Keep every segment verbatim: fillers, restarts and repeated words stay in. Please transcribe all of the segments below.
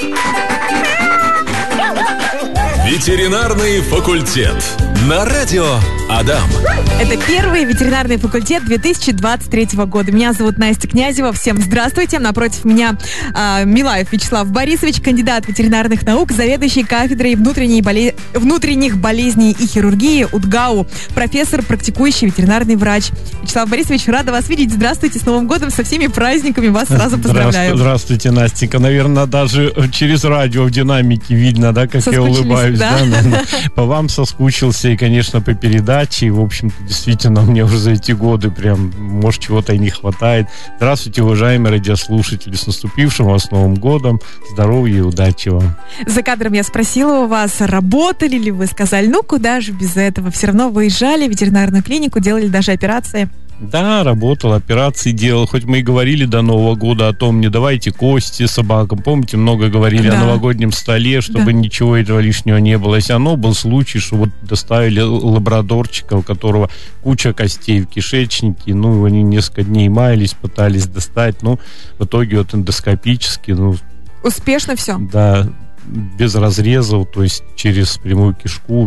Ветеринарный факультет. На радио Адам. Это первый ветеринарный факультет две тысячи двадцать третьего года. Меня зовут Настя Князева. Всем здравствуйте. Напротив меня э, Милаев Вячеслав Борисович, кандидат ветеринарных наук, заведующий кафедрой внутренней боле... внутренних болезней и хирургии УДГАУ, профессор, практикующий ветеринарный врач. Вячеслав Борисович, рада вас видеть. Здравствуйте, с Новым годом, со всеми праздниками. Вас сразу поздравляю. Здравствуйте, Настенька. Наверное, даже через радио в динамике видно, да, как я улыбаюсь. Да? Да, по вам соскучился и, конечно, по передаче. И, в общем-то, действительно, мне уже за эти годы прям, может, чего-то и не хватает. Здравствуйте, уважаемые радиослушатели. С наступившим вас Новым годом. Здоровья и удачи вам. За кадром я спросила у вас, работали ли вы? Сказали, ну, куда же без этого? Все равно выезжали в ветеринарную клинику, делали даже операции. Да, работал, операции делал. Хоть мы и говорили до Нового года о том, не давайте кости собакам. Помните, много говорили да. о новогоднем столе, чтобы да. ничего этого лишнего не было. Если оно был случай, что вот доставили лабрадорчика, у которого куча костей в кишечнике, ну, они несколько дней маялись, пытались достать, ну, в итоге вот эндоскопически, ну... Успешно все? Да, без разрезов, то есть через прямую кишку,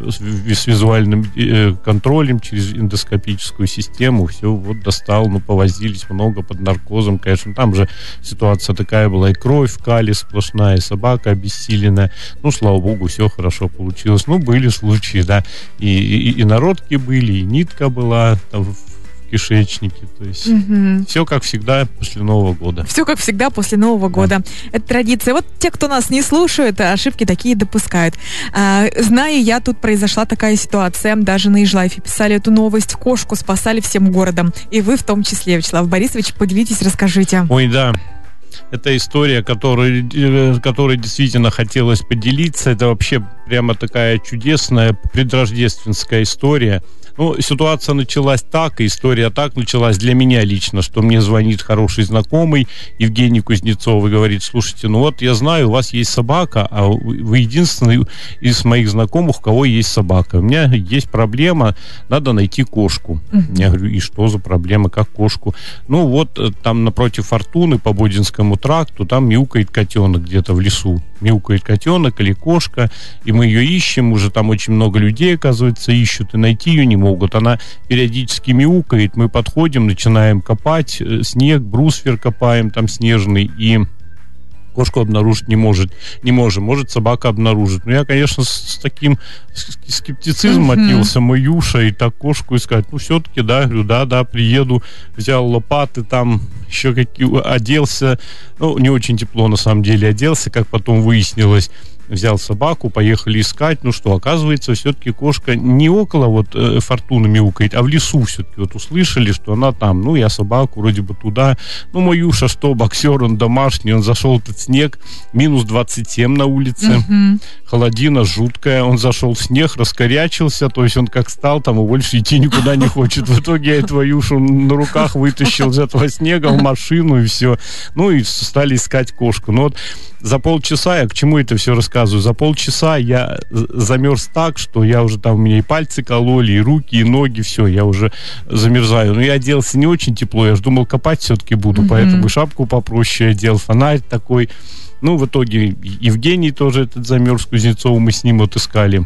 с визуальным э, контролем, через эндоскопическую систему, все вот достал, ну, повозились много под наркозом, конечно, там же ситуация такая была, и кровь, калий сплошная, и собака обессиленная, ну, слава богу, все хорошо получилось, ну, были случаи, да, и, и, и народки были, и нитка была, там, кишечники, то есть угу. все как всегда после Нового года. Все как всегда после Нового года. Да. Это традиция. Вот те, кто нас не слушает, ошибки такие допускают. А, знаю я, тут произошла такая ситуация, даже на Ижлайфе писали эту новость, кошку спасали всем городом, и вы в том числе, Вячеслав Борисович, поделитесь, расскажите. Ой, да. Это история, которой, которой действительно хотелось поделиться. Это вообще прямо такая чудесная предрождественская история. Ну, ситуация началась так, и история так началась для меня лично, что мне звонит хороший знакомый Евгений Кузнецов и говорит: слушайте, ну вот я знаю, у вас есть собака, а вы единственный из моих знакомых, у кого есть собака. У меня есть проблема, надо найти кошку. Uh-huh. Я говорю, и что за проблема, как кошку? Ну вот там напротив Фортуны по Бодинскому тракту, там мяукает котенок где-то в лесу. Мяукает котенок или кошка, и мы ее ищем, уже там очень много людей, оказывается, ищут, и найти ее не могут. Она периодически мяукает, мы подходим, начинаем копать, снег, брусвер копаем там снежный, и кошку обнаружить не может, не можем, может собака обнаружить. Но я, конечно, с, с таким скептицизмом mm-hmm. отнесся, Маюша, и так кошку искать. Ну, все-таки, да, говорю, да, да, приеду, взял лопаты, там еще какие, оделся, ну, не очень тепло, на самом деле, оделся, как потом выяснилось. Взял собаку, поехали искать. Ну что, оказывается, все-таки кошка не около вот э, Фортуны мяукает, а в лесу все-таки. Вот услышали, что она там. Ну, я собаку вроде бы туда. Ну, Маюша, что, боксер, он домашний, он зашел в этот снег, минус двадцать семь на улице, uh-huh. холодина жуткая, он зашел в снег, раскорячился, то есть он как стал там и больше идти никуда не хочет. В итоге я эту Маюшу на руках вытащил из этого снега в машину, и все. Ну, и стали искать кошку. Ну, вот за полчаса, я к чему это все рассказываю? За полчаса я замерз так, что я уже там, у меня и пальцы кололи, и руки, и ноги, все, я уже замерзаю. Но я оделся не очень тепло, я же думал, копать все-таки буду, mm-hmm. поэтому шапку попроще одел, фонарь такой. Ну, в итоге Евгений тоже этот замерз, Кузнецова мы с ним отыскали.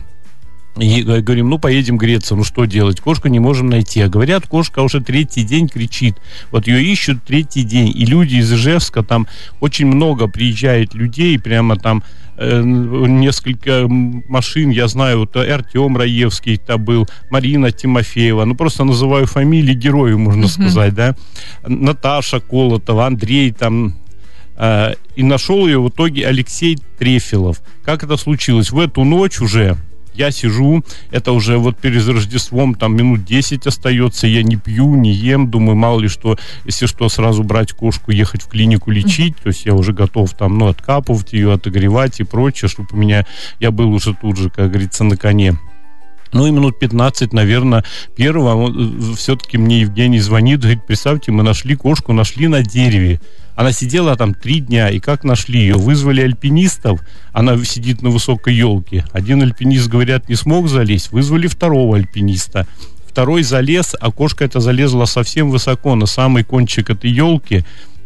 И говорим, ну, поедем греться, ну, что делать? Кошку не можем найти. А говорят, кошка уже третий день кричит. Вот ее ищут третий день. И люди из Ижевска, там очень много приезжает людей, прямо там э, несколько машин, я знаю, вот Артем Раевский там был, Марина Тимофеева, ну, просто называю фамилии героев, можно mm-hmm. сказать, да. Наташа Колотова, Андрей там. Э, и нашел ее в итоге Алексей Трефилов. Как это случилось? В эту ночь уже я сижу, это уже вот перед Рождеством, там минут десять остается, я не пью, не ем, думаю, мало ли что, если что, сразу брать кошку, ехать в клинику лечить, то есть я уже готов там, ну, откапывать ее, отогревать и прочее, чтобы у меня, я был уже тут же, как говорится, на коне. Ну и минут пятнадцать, наверное, первого, все-таки мне Евгений звонит, говорит, представьте, мы нашли кошку, нашли на дереве. Она сидела там три дня, и как нашли ее? Вызвали альпинистов, она сидит на высокой елке. Один альпинист, говорят, не смог залезть, вызвали второго альпиниста. Второй залез, а кошка эта залезла совсем высоко, на самый кончик этой елки.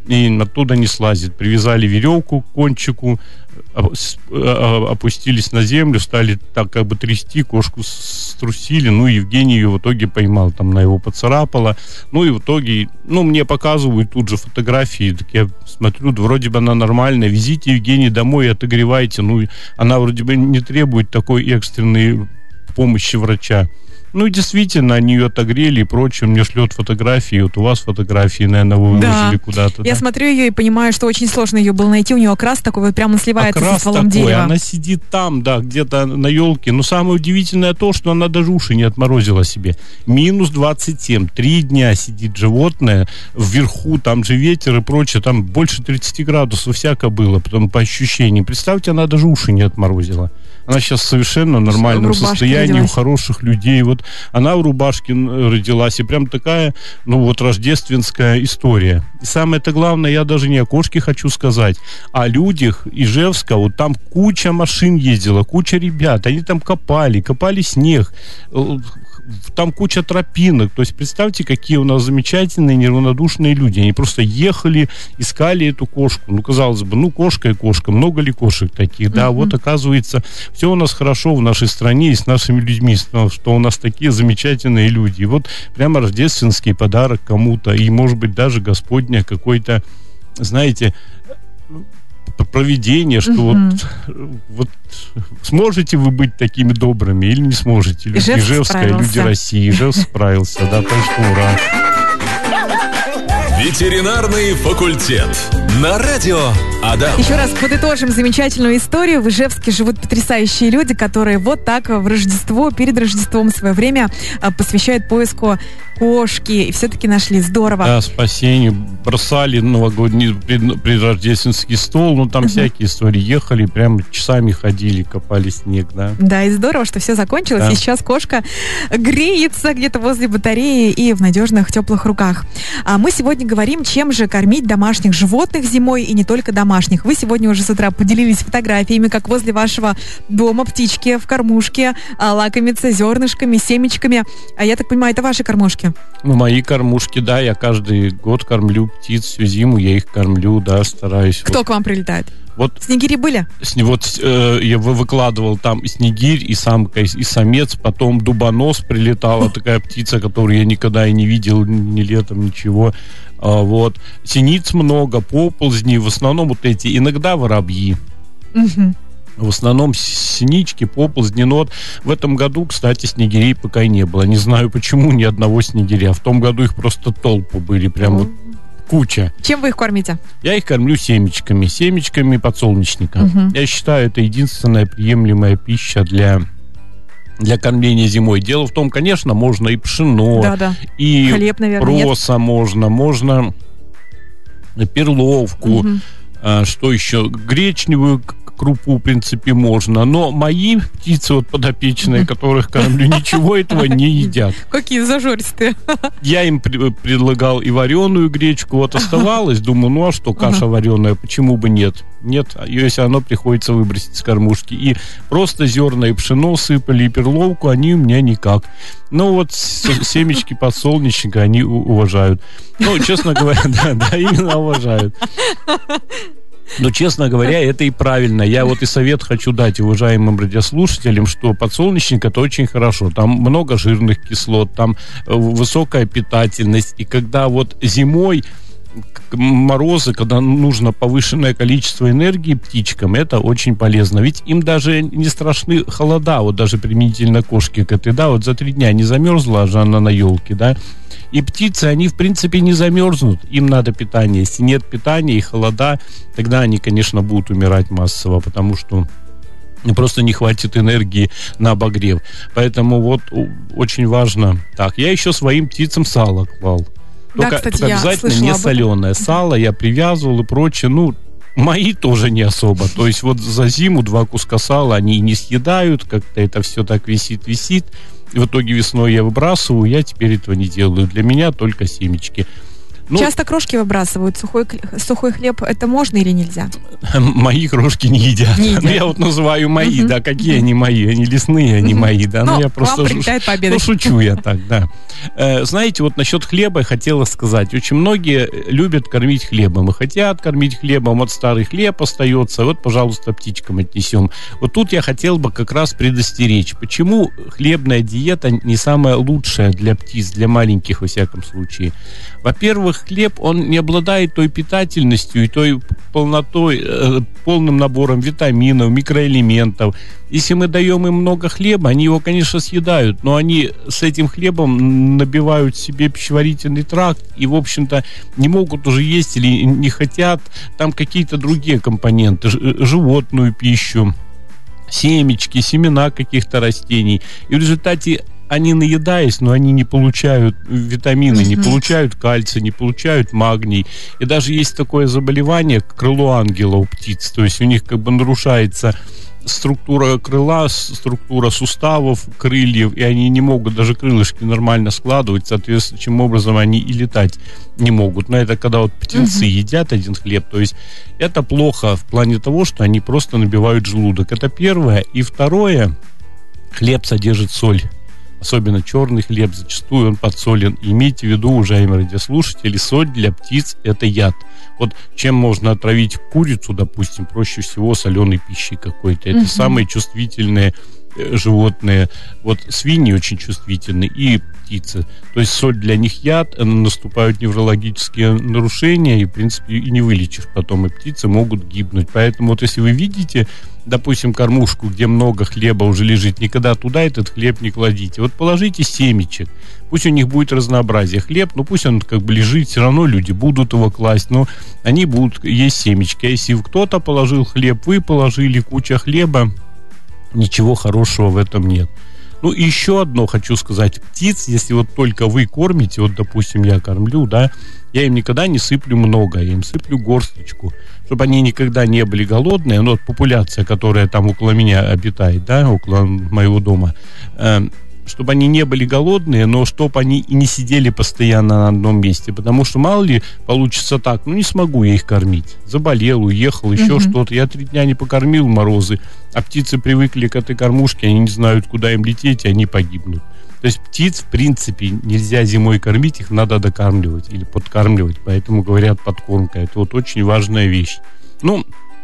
и оттуда не слазит. Привязали веревку к кончику, опустились на землю, стали так как бы трясти, кошку струсили, ну, Евгений ее в итоге поймал, там она его поцарапала, ну, и в итоге, ну, мне показывают тут же фотографии, так я смотрю, вроде бы она нормальная, везите Евгений домой, отогревайте, ну, она вроде бы не требует такой экстренной помощи врача. Ну, и действительно, они ее отогрели и прочее. Мне шлет фотографии. Вот у вас фотографии, наверное, вы выложили да. куда-то. Я да? смотрю ее и понимаю, что очень сложно ее было найти. У нее окрас такой вот прямо сливается окрас со стволом такой, дерева. Она сидит там, да, где-то на елке. Но самое удивительное то, что она даже уши не отморозила себе. минус двадцать семь. Три дня сидит животное. Вверху там же ветер и прочее. Там больше тридцать градусов всяко было. Потом по ощущениям. Представьте, она даже уши не отморозила. Она сейчас совершенно в нормальном в состоянии, родилась. У хороших людей. Вот она в рубашке родилась. И прям такая, ну вот, рождественская история. И самое-то главное, я даже не о кошке хочу сказать, а о людях Ижевска. Вот там куча машин ездила, куча ребят. Они там копали, копали снег. Там куча тропинок. То есть представьте, какие у нас замечательные, неравнодушные люди. Они просто ехали, искали эту кошку. Ну, казалось бы, ну, кошка и кошка. Много ли кошек таких? Да, mm-hmm. вот оказывается, все у нас хорошо в нашей стране и с нашими людьми, что у нас такие замечательные люди. И вот прямо рождественский подарок кому-то. И, может быть, даже Господня какой-то, знаете, провидение, что mm-hmm. вот, вот сможете вы быть такими добрыми или не сможете. Люди Ижевская, люди России. Ижевск справился, да, так что ура. Ветеринарный факультет. На радио Адам. Еще раз подытожим замечательную историю. В Ижевске живут потрясающие люди, которые вот так в Рождество, перед Рождеством свое время посвящают поиску кошки. И все-таки нашли. Здорово. Да, спасению. Бросали новогодний пред, предрождественский стол. Ну, там uh-huh. всякие истории. Ехали, прям часами ходили, копали снег, да. Да, и здорово, что все закончилось. Да. И сейчас кошка греется где-то возле батареи и в надежных, теплых руках. А мы сегодня говорим, чем же кормить домашних животных зимой и не только домашних. Вы сегодня уже с утра поделились фотографиями, как возле вашего дома птички в кормушке лакомятся зернышками, семечками. А я так понимаю, это ваши кормушки? Ну, мои кормушки, да. Я каждый год кормлю птиц, всю зиму я их кормлю, да, стараюсь. Кто вот. к вам прилетает? Вот, снегири были? Вот э, я выкладывал там и снегирь, и самка, и самец, потом дубонос прилетала, такая птица, которую я никогда и не видел ни летом, ничего. А, вот. Синиц много, поползни, в основном вот эти, иногда воробьи. Угу. В основном синички, поползни. Но вот в этом году, кстати, снегирей пока и не было. Не знаю, почему ни одного снегиря. В том году их просто толпы были, прям mm. вот куча. Чем вы их кормите? Я их кормлю семечками, семечками подсолнечника. Uh-huh. Я считаю, это единственная приемлемая пища для, для кормления зимой. Дело в том, конечно, можно и пшено, да-да. и хлеб, наверное, проса нет? можно, можно перловку, uh-huh. а, что еще, гречневую крупу, в принципе, можно. Но мои птицы, вот подопечные, которых кормлю, ничего этого не едят. Какие зажористые. Я им при- предлагал и вареную гречку. Вот оставалось, думаю, ну а что, каша вареная, почему бы нет? Нет, ее все равно приходится выбросить с кормушки. И просто зерна и пшено сыпали, и перловку они у меня никак. Ну вот семечки подсолнечника они уважают. Ну, честно говоря, да, да, именно уважают. Но, честно говоря, это и правильно. Я вот и совет хочу дать уважаемым радиослушателям, что подсолнечник — это очень хорошо. Там много жирных кислот, там высокая питательность. И когда вот зимой морозы, когда нужно повышенное количество энергии птичкам, это очень полезно. Ведь им даже не страшны холода, вот даже применительно кошки к этой, да, вот за три дня не замерзла, а же она на елке, да. И птицы, они, в принципе, не замерзнут. Им надо питание. Если нет питания и холода, тогда они, конечно, будут умирать массово, потому что просто не хватит энергии на обогрев. Поэтому вот очень важно. Так, я еще своим птицам сало клал. Только, да, кстати, только обязательно не соленое сало, я привязывал и прочее. Ну, мои тоже не особо. То есть вот за зиму два куска сала они не съедают, как-то это все так висит-висит. И в итоге весной я выбрасываю, я теперь этого не делаю. Для меня только семечки. Ну, часто крошки выбрасывают. Сухой, сухой хлеб, это можно или нельзя? Мои крошки не едят. Не едят. Ну, я вот называю мои, uh-huh. да, какие uh-huh. они мои? Они лесные, они uh-huh. мои, да. Ну, ну я просто вам прилетает пообедать. Ну, шучу я так, да. Э, знаете, вот насчет хлеба я хотела сказать. Очень многие любят кормить хлебом и хотят кормить хлебом. Вот старый хлеб остается, вот, пожалуйста, птичкам отнесем. Вот тут я хотел бы как раз предостеречь. Почему хлебная диета не самая лучшая для птиц, для маленьких, во всяком случае? Во-первых, хлеб, он не обладает той питательностью и той полнотой, э, полным набором витаминов, микроэлементов. Если мы даем им много хлеба, они его, конечно, съедают, но они с этим хлебом набивают себе пищеварительный тракт и, в общем-то, не могут уже есть или не хотят там какие-то другие компоненты, животную пищу, семечки, семена каких-то растений. И в результате они, наедаясь, но они не получают витамины, не получают кальций, не получают магний. И даже есть такое заболевание, крыло ангела у птиц. То есть у них как бы нарушается структура крыла, структура суставов, крыльев, и они не могут даже крылышки нормально складывать, соответственно, чем образом они и летать не могут. Но это когда вот птенцы uh-huh. едят один хлеб, то есть это плохо в плане того, что они просто набивают желудок. Это первое. И второе, хлеб содержит соль. Особенно черный хлеб, зачастую он подсолен. Имейте в виду, уважаемые радиослушатели, соль для птиц – это яд. Вот чем можно отравить курицу, допустим, проще всего соленой пищей какой-то. Это угу. самые чувствительные животные. Вот свиньи очень чувствительны и птицы. То есть соль для них яд, наступают неврологические нарушения, и, в принципе, и не вылечишь потом, и птицы могут гибнуть. Поэтому вот если вы видите, допустим, кормушку, где много хлеба уже лежит, никогда туда этот хлеб не кладите. Вот положите семечек, пусть у них будет разнообразие. Хлеб, ну пусть он как бы лежит, все равно люди будут его класть, но они будут есть семечки. А если кто-то положил хлеб, вы положили куча хлеба, ничего хорошего в этом нет. Ну, и еще одно хочу сказать. Птиц, если вот только вы кормите, вот, допустим, я кормлю, да, я им никогда не сыплю много, я им сыплю горсточку, чтобы они никогда не были голодные. Но вот популяция, которая там около меня обитает, да, около моего дома, э, чтобы они не были голодные, но чтобы они и не сидели постоянно на одном месте, потому что мало ли получится так, ну не смогу я их кормить, заболел, уехал, еще uh-huh. что-то, я три дня не покормил, морозы, а птицы привыкли к этой кормушке, они не знают, куда им лететь, и они погибнут. То есть птиц, в принципе, нельзя зимой кормить, их надо докармливать или подкармливать, поэтому говорят подкормка, это вот очень важная вещь. Ну,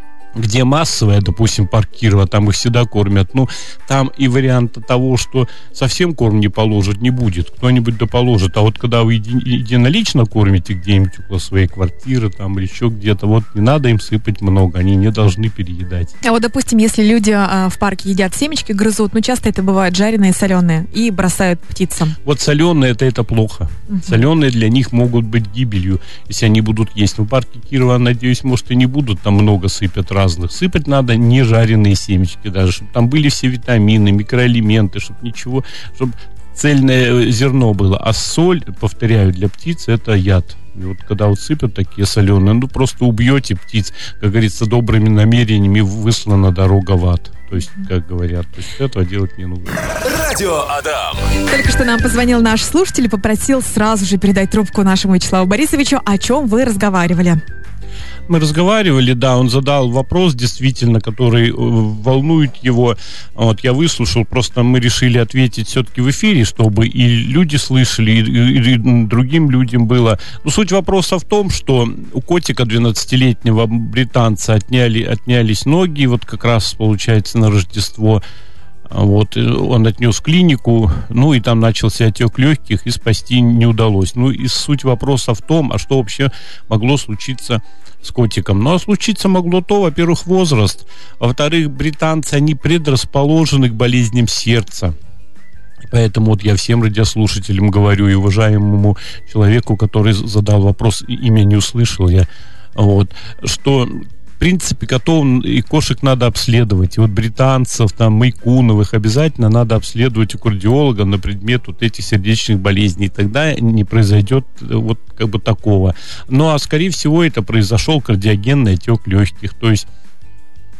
где массовая, допустим, парк Кирова, там их всегда кормят, ну, там и варианта того, что совсем корм не положит, не будет, кто-нибудь да положит, а вот когда вы еди- единолично кормите где-нибудь около своей квартиры, там, или еще где-то, вот не надо им сыпать много, они не должны переедать. А вот, допустим, если люди а, в парке едят семечки, грызут, ну, часто это бывает жареные, соленые, и бросают птицам. Вот соленые, это, это плохо. Uh-huh. Соленые для них могут быть гибелью, если они будут есть. Но в парке Кирова, надеюсь, может, и не будут, там много сыпят разных. Сыпать надо не жареные семечки даже, чтобы там были все витамины, микроэлементы, чтобы ничего, чтобы цельное зерно было. А соль, повторяю, для птиц это яд. И вот когда вот сыпят такие соленые, ну просто убьете птиц, как говорится, добрыми намерениями выслана дорога в ад. То есть, как говорят, то есть этого делать не нужно. Радио Адам. Только что нам позвонил наш слушатель и попросил сразу же передать трубку нашему Вячеславу Борисовичу, о чем вы разговаривали. Мы разговаривали, да, он задал вопрос, действительно, который волнует его. Вот, я выслушал, просто мы решили ответить все-таки в эфире, чтобы и люди слышали, и, и, и другим людям было. Но суть вопроса в том, что у котика двенадцатилетнего британца отняли, отнялись ноги, вот как раз, получается, на Рождество. Вот, он отнес в клинику, ну и там начался отек легких, и спасти не удалось. Ну и суть вопроса в том, а что вообще могло случиться с котиком. Ну, а случиться могло то, во-первых, возраст, во-вторых, британцы, они предрасположены к болезням сердца. Поэтому вот я всем радиослушателям говорю, и уважаемому человеку, который задал вопрос, имя не услышал я, вот, что в принципе котов и кошек надо обследовать. И вот британцев, там, майкуновых обязательно надо обследовать у кардиолога на предмет вот этих сердечных болезней. Тогда не произойдет вот как бы такого. Ну, а скорее всего это произошел кардиогенный отек легких. То есть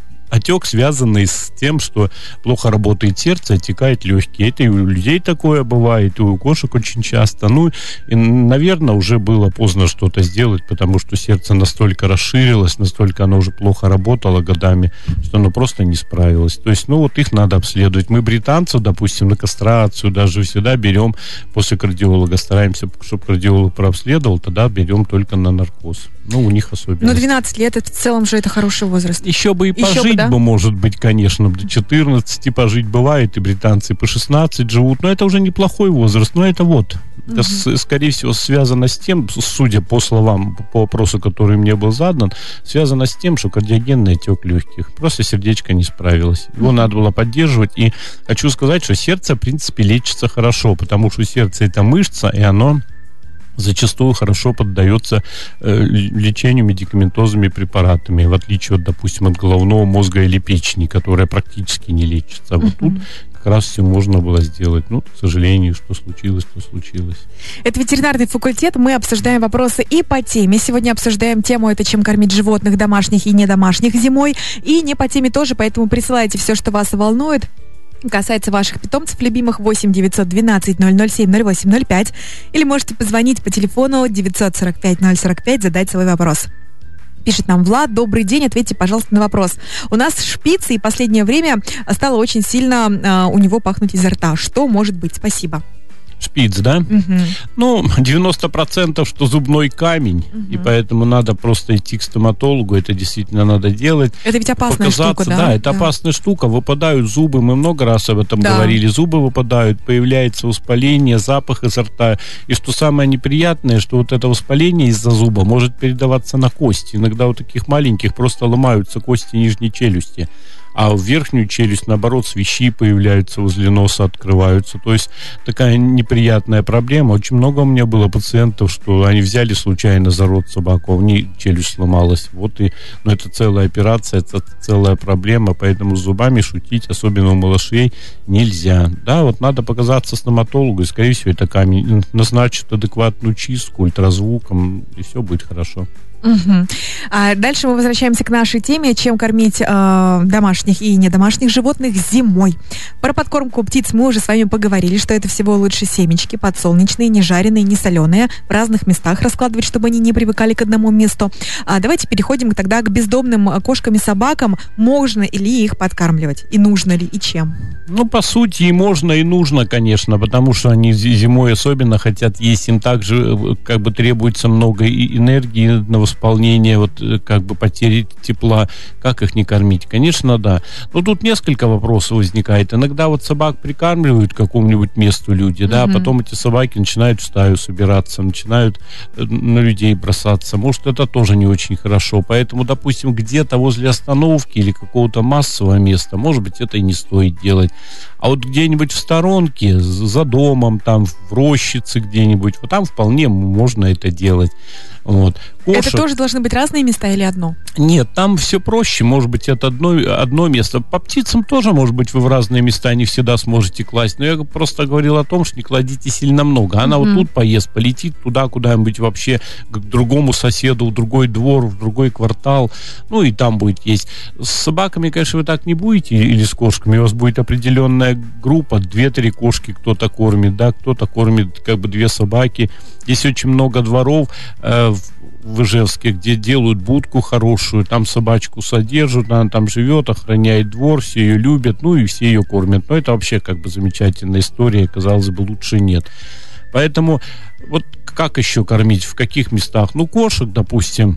отек, связанный с тем, что плохо работает сердце, отекают легкие. Это и у людей такое бывает, и у кошек очень часто. Ну, и, наверное, уже было поздно что-то сделать, потому что сердце настолько расширилось, настолько оно уже плохо работало годами, что оно просто не справилось. То есть, ну, вот их надо обследовать. Мы британцев, допустим, на кастрацию даже всегда берем после кардиолога, стараемся, чтобы кардиолог прообследовал, тогда берем только на наркоз. Ну, у них особенно. Но двенадцать лет, это в целом же это хороший возраст. Еще бы и Еще пожить бы, да? бы, может быть, конечно, до четырнадцати пожить бывает, и британцы по шестнадцать живут, но это уже неплохой возраст, но это вот. Это, uh-huh. скорее всего, связано с тем, судя по словам, по вопросу, который мне был задан, связано с тем, что кардиогенный отек легких. Просто сердечко не справилось. Его uh-huh. надо было поддерживать. И хочу сказать, что сердце, в принципе, лечится хорошо, потому что сердце — это мышца, и оно зачастую хорошо поддается э, лечению медикаментозными препаратами, в отличие от, допустим, от головного мозга или печени, которая практически не лечится. А вот uh-huh. тут как раз все можно было сделать. Ну, к сожалению, что случилось, то случилось. Это ветеринарный факультет. Мы обсуждаем вопросы и по теме. Сегодня обсуждаем тему «Это чем кормить животных, домашних и недомашних зимой». И не по теме тоже, поэтому присылайте все, что вас волнует. Касается ваших питомцев любимых. Восемь девятьсот двенадцать ноль ноль семь ноль восемь ноль пять. Или можете позвонить по телефону девятьсот сорок пять ноль сорок пять, задать свой вопрос. Пишет нам Влад: добрый день, ответьте, пожалуйста, на вопрос. У нас шпиц, и последнее время стало очень сильно э, у него пахнуть изо рта. Что может быть? Спасибо. Шпиц, да? Угу. Ну, девяносто процентов, что зубной камень, угу. и поэтому надо просто идти к стоматологу, это действительно надо делать. Это ведь опасная штука, да? Да, это да. опасная штука, выпадают зубы, мы много раз об этом да. говорили, зубы выпадают, появляется воспаление, запах изо рта, и что самое неприятное, что вот это воспаление из-за зуба может передаваться на кости, иногда у таких маленьких просто ломаются кости нижней челюсти. А в верхнюю челюсть, наоборот, свищи появляются, возле носа открываются. То есть такая неприятная проблема. Очень много у меня было пациентов, что они взяли случайно за рот собаку, а у них челюсть сломалась. Вот и, но это целая операция, это целая проблема, поэтому с зубами шутить, особенно у малышей, нельзя. Да, вот надо показаться стоматологу, и, скорее всего, это камень. Назначат адекватную чистку ультразвуком, и все будет хорошо. Угу. А дальше мы возвращаемся к нашей теме, чем кормить э, домашних и недомашних животных зимой. Про подкормку птиц мы уже с вами поговорили, что это всего лучше семечки, подсолнечные, не жареные, не соленые, в разных местах раскладывать, чтобы они не привыкали к одному месту. А давайте переходим тогда к бездомным кошкам и собакам. Можно ли их подкармливать? И нужно ли? И чем? Ну, по сути, и можно, и нужно, конечно, потому что они зимой особенно хотят есть, им также как бы требуется много энергии на восполнение, вот как бы потери тепла. Как их не кормить? Конечно, да. Но тут несколько вопросов возникает. Иногда вот собак прикармливают к какому-нибудь месту люди, mm-hmm. да, а потом эти собаки начинают в стаю собираться, начинают на людей бросаться. Может, это тоже не очень хорошо. Поэтому, допустим, где-то возле остановки или какого-то массового места, может быть, это и не стоит делать. А вот где-нибудь в сторонке, за домом, там, в рощице где-нибудь, вот там вполне можно это делать. Вот. Кошек... Это тоже должны быть разные места или одно? Нет, там все проще. Может быть, это одно, одно место. По птицам тоже, может быть, вы в разные места не всегда сможете класть. Но я просто говорил о том, что не кладите сильно много. Она mm-hmm. вот тут поест, полетит туда куда-нибудь вообще к другому соседу, в другой двор, в другой квартал. Ну, и там будет есть. С собаками, конечно, вы так не будете, или с кошками. У вас будет определенная группа, две-три кошки кто-то кормит, да, кто-то кормит как бы две собаки. Здесь очень много дворов э, в Ижевске, где делают будку хорошую, там собачку содержат, она там живет, охраняет двор, все ее любят, ну и все ее кормят. Но это вообще как бы замечательная история, казалось бы, лучше нет. Поэтому вот как еще кормить, в каких местах? Ну, кошек, допустим,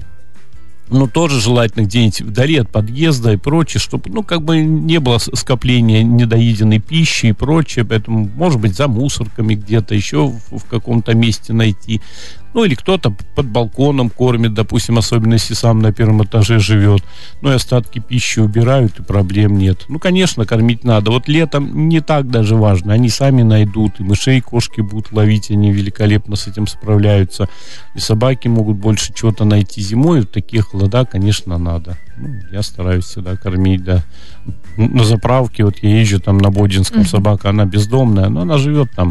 ну, тоже желательно где-нибудь вдали от подъезда и прочее, чтобы, ну, как бы не было скопления недоеденной пищи и прочее, поэтому, может быть, за мусорками где-то еще в, в каком-то месте найти. Ну, или кто-то под балконом кормит, допустим, особенно если сам на первом этаже живет. Ну, и остатки пищи убирают, и проблем нет. Ну, конечно, кормить надо. Вот летом не так даже важно. Они сами найдут, и мышей кошки будут ловить, они великолепно с этим справляются. И собаки могут больше чего-то найти зимой. В такие холода, конечно, надо. Ну, я стараюсь всегда кормить, да. На заправке, вот я езжу там на Бодинском, mm-hmm. собака, она бездомная, но она живет там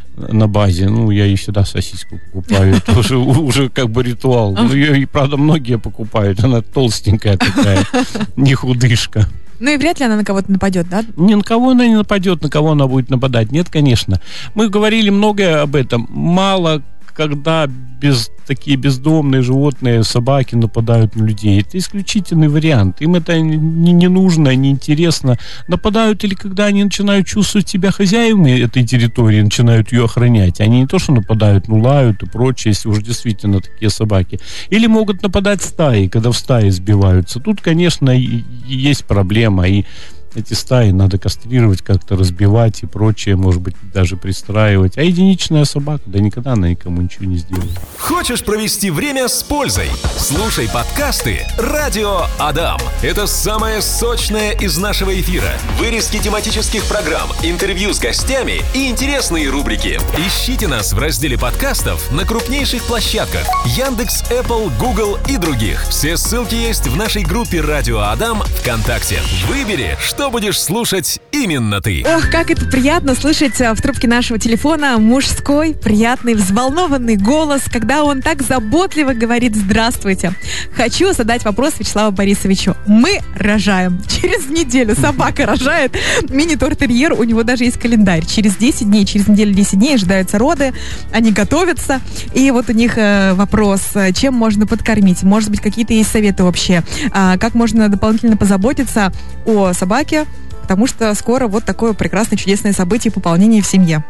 на базе, ну, я ей всегда сосиску покупаю, это уже, уже как бы ритуал. Ну, ее, правда, многие покупают, она толстенькая такая, не худышка. Ну и вряд ли она на кого-то нападет, да? Ни на кого она не нападет, на кого она будет нападать. Нет, конечно. Мы говорили многое об этом. Мало когда без, такие бездомные животные, собаки нападают на людей. Это исключительный вариант. Им это не, не нужно, не интересно. Нападают или когда они начинают чувствовать себя хозяевами этой территории, начинают ее охранять. Они не то, что нападают, ну лают и прочее, если уж действительно такие собаки. Или могут нападать стаи, когда в стае сбиваются. Тут, конечно, и, и есть проблема. И эти стаи надо кастрировать, как-то разбивать и прочее, может быть, даже пристраивать. А единичная собака, да никогда она никому ничего не сделает. Хочешь провести время с пользой? Слушай подкасты «Радио Адам». Это самое сочное из нашего эфира. Вырезки тематических программ, интервью с гостями и интересные рубрики. Ищите нас в разделе подкастов на крупнейших площадках Яндекс, Apple, Google и других. Все ссылки есть в нашей группе «Радио Адам» ВКонтакте. Выбери, что Что будешь слушать именно ты. Ох, как это приятно слышать в трубке нашего телефона мужской, приятный, взволнованный голос, когда он так заботливо говорит «Здравствуйте». Хочу задать вопрос Вячеславу Борисовичу. Мы рожаем. Через неделю собака рожает. Мини-тортерьер, у него даже есть календарь. Через десять дней, через неделю десять дней ожидаются роды, они готовятся. И вот у них э, вопрос, чем можно подкормить? Может быть, какие-то есть советы вообще? А, как можно дополнительно позаботиться о собаке? Потому что скоро вот такое прекрасное, чудесное событие пополнения в семье.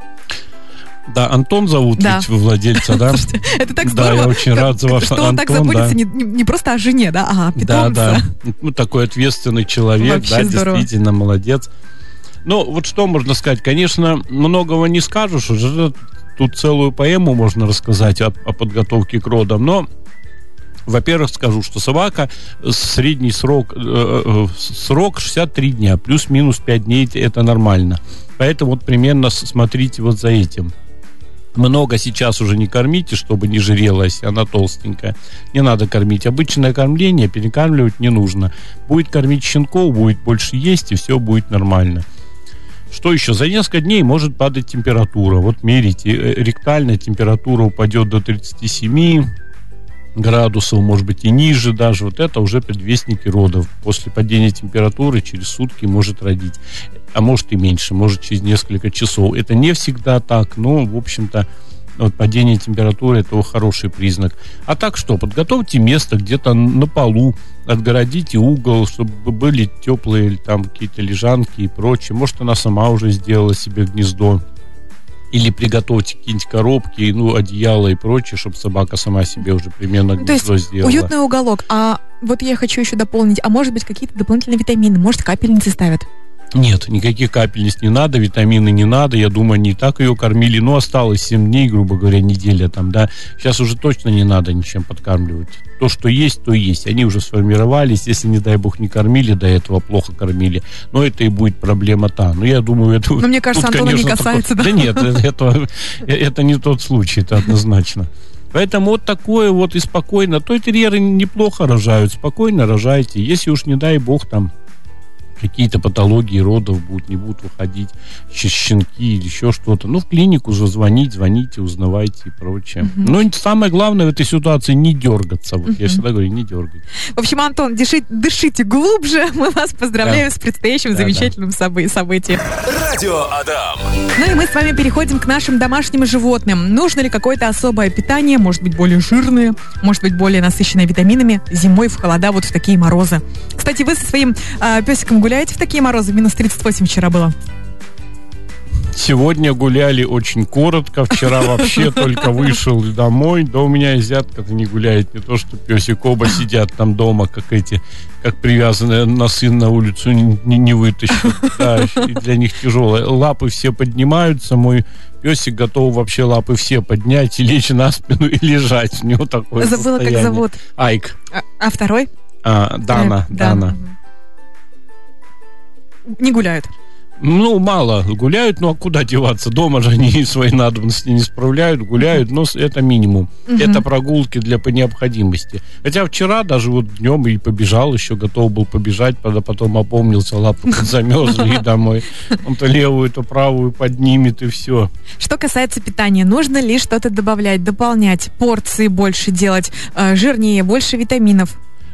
Да, Антон зовут, да. Ведь вы владельца, да? Слушайте, это так здорово. Да, я очень рад за вас, что он так заботится не, не просто о жене, да, а о питомце. Да, да. Ну, такой ответственный человек, вообще да, здорово. Действительно молодец. Ну, вот что можно сказать? Конечно, многого не скажешь, уже тут целую поэму можно рассказать о, о подготовке к родам, но во-первых, скажу, что собака средний срок, э, срок шестьдесят три дня, плюс-минус пять дней, это нормально. Поэтому вот примерно смотрите вот за этим. Много сейчас уже не кормите, чтобы не жирелась, она толстенькая. Не надо кормить. Обычное кормление, перекармливать не нужно. Будет кормить щенков, будет больше есть, и все будет нормально. Что еще? За несколько дней может падать температура. Вот мерите, ректальная температура упадет до тридцать семь градусов, может быть и ниже даже. Вот это уже предвестники родов. После падения температуры через сутки может родить. А может и меньше, может через несколько часов. Это не всегда так, но, в общем-то, вот падение температуры — это хороший признак. А так что? Подготовьте место где-то на полу, отгородите угол, чтобы были теплые там какие-то лежанки и прочее. Может, она сама уже сделала себе гнездо. Или приготовьте какие-нибудь коробки, ну, одеяло и прочее, чтобы собака сама себе уже примерно гнездо сделала. То есть сделала. Уютный уголок. А вот я хочу еще дополнить. А может быть, какие-то дополнительные витамины? Может, капельницы ставят? Нет, никаких капельниц не надо, витамины не надо. Я думаю, не так ее кормили. Ну, осталось семь дней, грубо говоря, неделя там, да. Сейчас уже точно не надо ничем подкармливать. То, что есть, то есть. Они уже сформировались. Если, не дай бог, не кормили до этого, плохо кормили, но это и будет проблема та. Но я думаю, это... Но мне кажется, тут, Антона конечно, не касается, такой... да? Да нет, это, это не тот случай, это однозначно. Поэтому вот такое вот и спокойно. Той-терьеры неплохо рожают, спокойно рожайте. Если уж, не дай бог, там какие-то патологии родов будут, не будут выходить, щенки или еще что-то. Ну, в клинику же звонить, звоните, узнавайте и прочее. Uh-huh. Но самое главное в этой ситуации не дергаться. Вот uh-huh. я всегда говорю, не дергайтесь. В общем, Антон, дышите, дышите глубже. Мы вас поздравляем да. с предстоящим да, замечательным да. собы- событием. Радио Адам. Ну и мы с вами переходим к нашим домашним животным. Нужно ли какое-то особое питание? Может быть, более жирное? Может быть, более насыщенное витаминами? Зимой в холода, вот в такие морозы. Кстати, вы со своим э, песиком гуляете в такие морозы? Минус тридцать восемь вчера было. Сегодня гуляли очень коротко. Вчера вообще только вышел домой. Да у меня и зятка-то не гуляет. Не то, что песик. Оба сидят там дома, как эти, как привязанные, носы на улицу не, не вытащат. Да, и для них тяжело. Лапы все поднимаются. Мой песик готов вообще лапы все поднять и лечь на спину и лежать. У него такое Забыла, состояние. Как зовут. Айк. А, а второй? А, Дана. Э, Дана. Не гуляют. Ну, мало гуляют, ну а куда деваться? Дома же они свои надобности не справляют, гуляют, но это минимум. Uh-huh. Это прогулки для по необходимости. Хотя вчера даже вот днем и побежал, еще готов был побежать, потом опомнился, лапы замерзли и домой. Он то левую, то правую поднимет и все. Что касается питания, нужно ли что-то добавлять, дополнять, порции больше делать, жирнее, больше витаминов?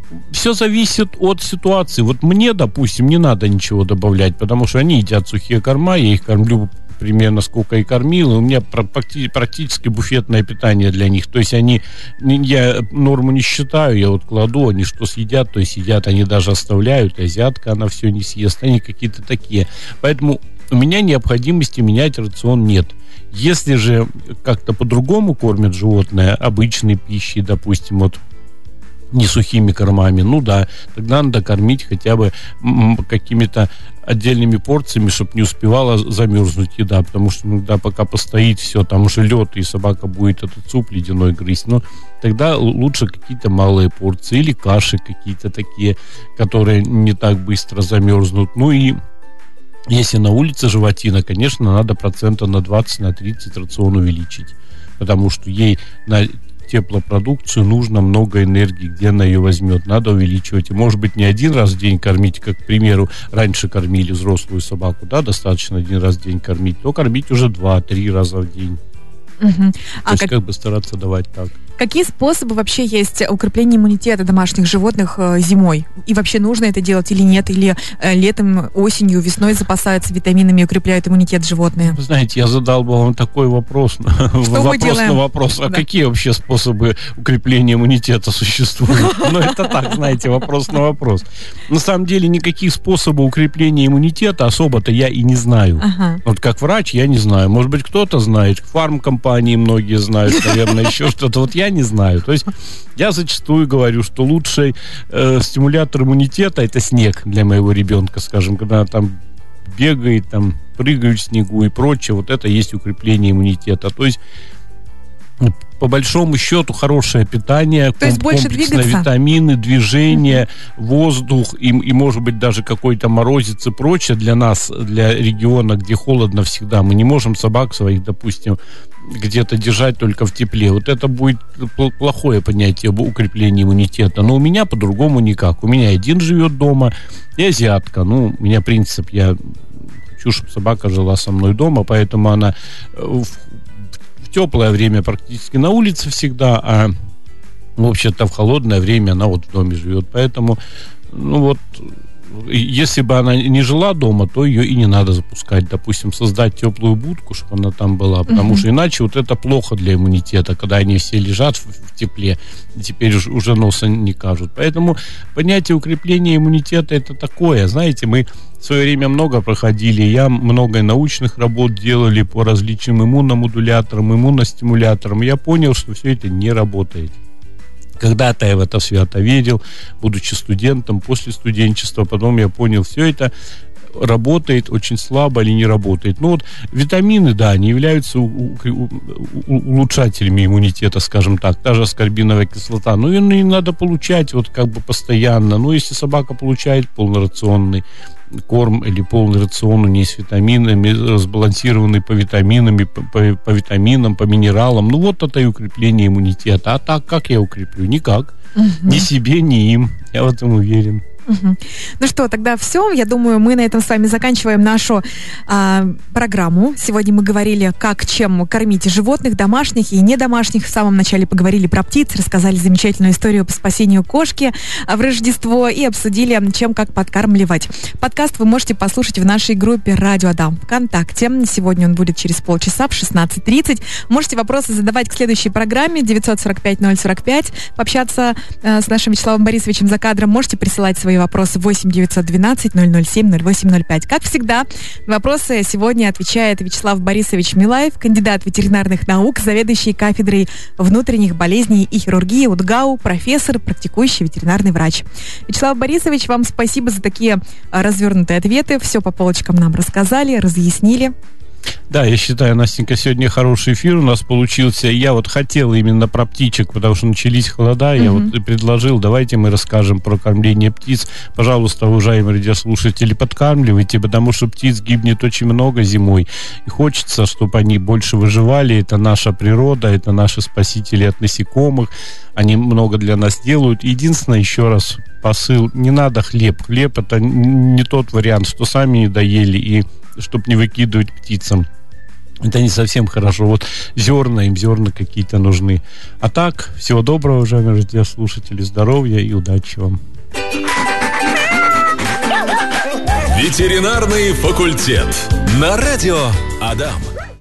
все зависит от ситуации. Вот мне, допустим, не надо ничего добавлять, потому что они едят сухие корма, я их кормлю примерно сколько и кормил, и у меня практически буфетное питание для них. То есть они, я норму не считаю, я вот кладу, они что съедят, то есть едят, они даже оставляют, азиатка, она все не съест, они какие-то такие. Поэтому у меня необходимости менять рацион нет. Если же как-то по-другому кормят животное, обычной пищей, допустим, вот не сухими кормами, ну да, тогда надо кормить хотя бы какими-то отдельными порциями, чтобы не успевала замерзнуть еда, потому что иногда пока постоит все, там уже лед, и собака будет этот суп ледяной грызть, но тогда лучше какие-то малые порции или каши какие-то такие, которые не так быстро замерзнут. Ну и если на улице животина, конечно, надо процента на двадцать, на тридцать рацион увеличить, потому что ей на теплопродукцию нужно много энергии, где она ее возьмет, надо увеличивать. И, может быть, не один раз в день кормить, как, к примеру, раньше кормили взрослую собаку, да, достаточно один раз в день кормить, то кормить уже два-три раза в день. Угу. То а есть как... как бы стараться давать так. Какие способы вообще есть укрепления иммунитета домашних животных э, зимой? И вообще нужно это делать или нет? Или э, летом, осенью, весной запасаются витаминами и укрепляют иммунитет животные? Вы знаете, я задал бы вам такой вопрос. Что вопрос на вопрос. А да. какие вообще способы укрепления иммунитета существуют? Ну, это так, знаете, вопрос на вопрос. На самом деле, никаких способов укрепления иммунитета особо-то я и не знаю. Ага. Вот как врач я не знаю. Может быть, кто-то знает. Фармкомпании многие знают, наверное, еще что-то. Вот я не знаю. То есть я зачастую говорю, что лучший э, стимулятор иммунитета — это снег для моего ребенка, скажем, когда она там бегает, там прыгает в снегу и прочее. Вот это есть укрепление иммунитета. То есть по большому счету хорошее питание, То есть больше комплексные двигаться? витамины, движение, mm-hmm. воздух и, и, может быть, даже какой-то морозец и прочее для нас, для региона, где холодно всегда. Мы не можем собак своих, допустим, где-то держать только в тепле. Вот это будет плохое понятие об укреплении иммунитета. Но у меня по-другому никак. У меня один живет дома и азиатка. Ну, у меня принцип, я хочу, чтобы собака жила со мной дома, поэтому она в теплое время практически на улице всегда, а вообще-то в холодное время она вот в доме живет. Поэтому, ну вот, если бы она не жила дома, то ее и не надо запускать. Допустим, создать теплую будку, чтобы она там была, потому uh-huh. что иначе вот это плохо для иммунитета, когда они все лежат в, в тепле, и теперь уже, уже носа не кажут. Поэтому понятие укрепления иммунитета — это такое, знаете, мы в свое время много проходили, я много научных работ делали по различным иммуномодуляторам, иммуностимуляторам, я понял, что все это не работает. Когда-то я в это свято верил, будучи студентом, после студенчества, потом я понял, все это работает очень слабо или не работает. Ну вот витамины, да, они являются у, у, у, улучшателями иммунитета, скажем так, та же аскорбиновая кислота. Ну, ее не надо получать вот как бы постоянно. Ну, если собака получает полнорационный корм или полный рацион у нее с витаминами, разбалансированный по витаминам, по, по, по витаминам, по минералам, ну вот это и укрепление иммунитета. А так, как я укреплю? Никак. Угу. Ни себе, ни им. Я в этом уверен. Угу. Ну что, тогда все. Я думаю, мы на этом с вами заканчиваем нашу а, программу. Сегодня мы говорили, как, чем кормить животных, домашних и недомашних. В самом начале поговорили про птиц, рассказали замечательную историю по спасению кошки в Рождество и обсудили, чем, как подкармливать. Подкаст вы можете послушать в нашей группе «Радио Адам» ВКонтакте. Сегодня он будет через полчаса в шестнадцать тридцать. Можете вопросы задавать к следующей программе девятьсот сорок пять ноль сорок пять. Пообщаться э, с нашим Вячеславом Борисовичем за кадром. Можете присылать свои вопросы восемь девятьсот двенадцать ноль ноль семь ноль восемь ноль пять. Как всегда, на вопросы сегодня отвечает Вячеслав Борисович Милаев, кандидат ветеринарных наук, заведующий кафедрой внутренних болезней и хирургии УДГАУ, профессор, практикующий ветеринарный врач. Вячеслав Борисович, вам спасибо за такие развернутые ответы. Все по полочкам нам рассказали, разъяснили. Да, я считаю, Настенька, сегодня хороший эфир у нас получился. Я вот хотел именно про птичек, потому что начались холода. Mm-hmm. Я вот и предложил, давайте мы расскажем про кормление птиц. Пожалуйста, уважаемые радиослушатели, подкармливайте, потому что птиц гибнет очень много зимой. И хочется, чтобы они больше выживали. Это наша природа, это наши спасители от насекомых. Они много для нас делают. Единственное, еще раз посыл, не надо хлеб. Хлеб — это не тот вариант, что сами не доели, и чтобы не выкидывать птицам. это не совсем хорошо. Вот зерна, им зерна какие-то нужны. А так, всего доброго, уважаемые радиослушатели, здоровья и удачи вам. Ветеринарный факультет. На радио Адам.